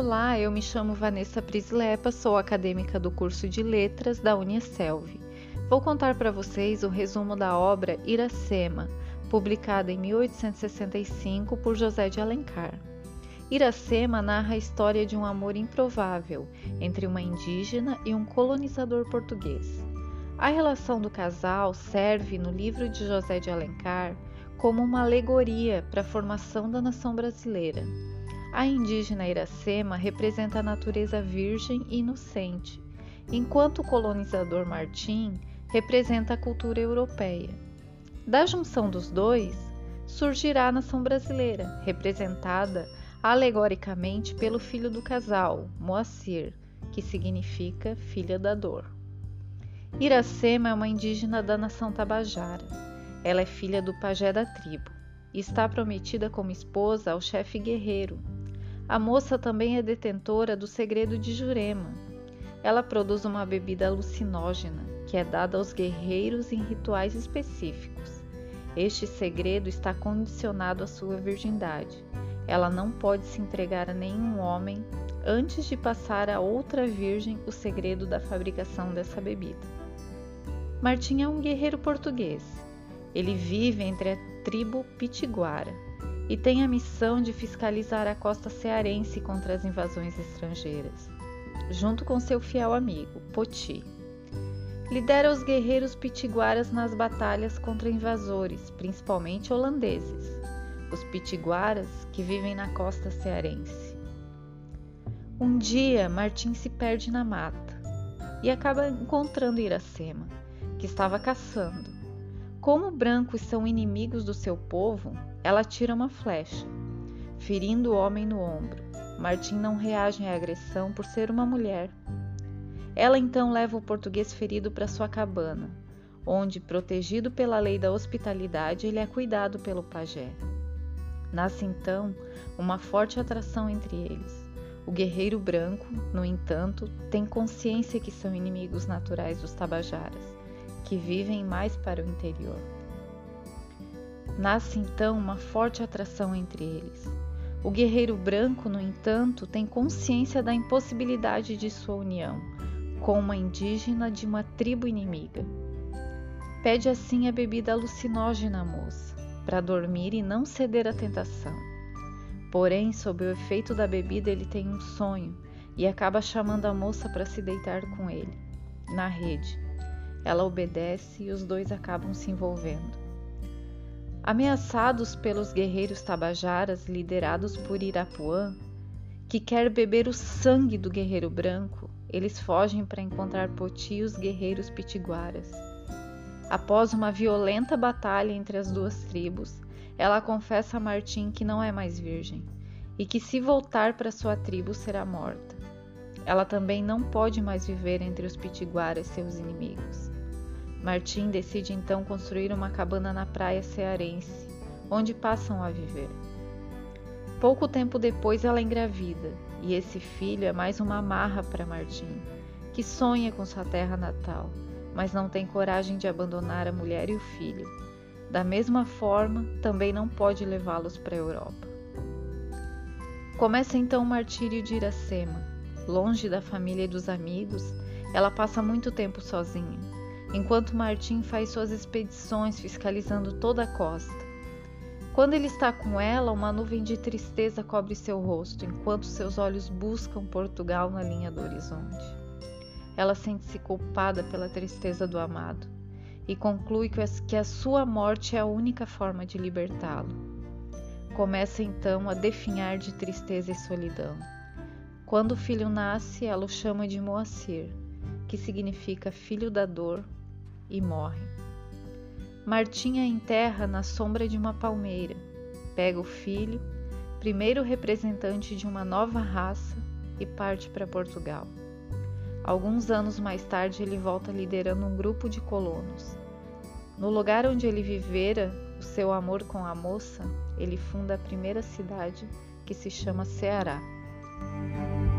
Olá, eu me chamo Vanessa Prislepa, sou acadêmica do curso de Letras da Unicelv. Vou contar para vocês o resumo da obra Iracema, publicada em 1865 por José de Alencar. Iracema narra a história de um amor improvável entre uma indígena e um colonizador português. A relação do casal serve, no livro de José de Alencar, como uma alegoria para a formação da nação brasileira. A indígena Iracema representa a natureza virgem e inocente, enquanto o colonizador Martim representa a cultura europeia. Da junção dos dois, surgirá a nação brasileira, representada alegoricamente pelo filho do casal, Moacir, que significa filha da dor. Iracema é uma indígena da nação Tabajara. Ela é filha do pajé da tribo e está prometida como esposa ao chefe guerreiro. A moça também é detentora do segredo de Jurema. Ela produz uma bebida alucinógena que é dada aos guerreiros em rituais específicos. Este segredo está condicionado à sua virgindade. Ela não pode se entregar a nenhum homem antes de passar a outra virgem o segredo da fabricação dessa bebida. Martim é um guerreiro português. Ele vive entre a tribo Pitiguara e tem a missão de fiscalizar a costa cearense contra as invasões estrangeiras, junto com seu fiel amigo, Poti. Lidera os guerreiros pitiguaras nas batalhas contra invasores, principalmente holandeses, os pitiguaras que vivem na costa cearense. Um dia, Martim se perde na mata e acaba encontrando Iracema, que estava caçando. Como brancos são inimigos do seu povo, ela tira uma flecha, ferindo o homem no ombro. Martim não reage à agressão por ser uma mulher. Ela então leva o português ferido para sua cabana, onde, protegido pela lei da hospitalidade, ele é cuidado pelo pajé. Nasce então uma forte atração entre eles. O guerreiro branco, no entanto, tem consciência que são inimigos naturais dos tabajaras, que vivem mais para o interior. Nasce então uma forte atração entre eles. O guerreiro branco, no entanto, tem consciência da impossibilidade de sua união com uma indígena de uma tribo inimiga. Pede assim a bebida alucinógena à moça, para dormir e não ceder à tentação. Porém, sob o efeito da bebida, ele tem um sonho e acaba chamando a moça para se deitar com ele, na rede. Ela obedece e os dois acabam se envolvendo. Ameaçados pelos guerreiros tabajaras liderados por Irapuã, que quer beber o sangue do guerreiro branco, eles fogem para encontrar Poti e os guerreiros pitiguaras. Após uma violenta batalha entre as duas tribos, ela confessa a Martim que não é mais virgem e que, se voltar para sua tribo, será morta. Ela também não pode mais viver entre os pitiguaras, seus inimigos. Martim decide então construir uma cabana na praia cearense, onde passam a viver. Pouco tempo depois ela engravida, e esse filho é mais uma amarra para Martim, que sonha com sua terra natal, mas não tem coragem de abandonar a mulher e o filho. Da mesma forma, também não pode levá-los para a Europa. Começa então o martírio de Iracema. Longe da família e dos amigos, ela passa muito tempo sozinha, enquanto Martim faz suas expedições fiscalizando toda a costa. Quando ele está com ela, uma nuvem de tristeza cobre seu rosto, enquanto seus olhos buscam Portugal na linha do horizonte. Ela sente-se culpada pela tristeza do amado e conclui que a sua morte é a única forma de libertá-lo. Começa então a definhar de tristeza e solidão. Quando o filho nasce, ela o chama de Moacir, que significa filho da dor, e morre. Martim a enterra na sombra de uma palmeira, pega o filho, primeiro representante de uma nova raça, e parte para Portugal. Alguns anos mais tarde, ele volta liderando um grupo de colonos. No lugar onde ele vivera o seu amor com a moça, ele funda a primeira cidade, que se chama Ceará.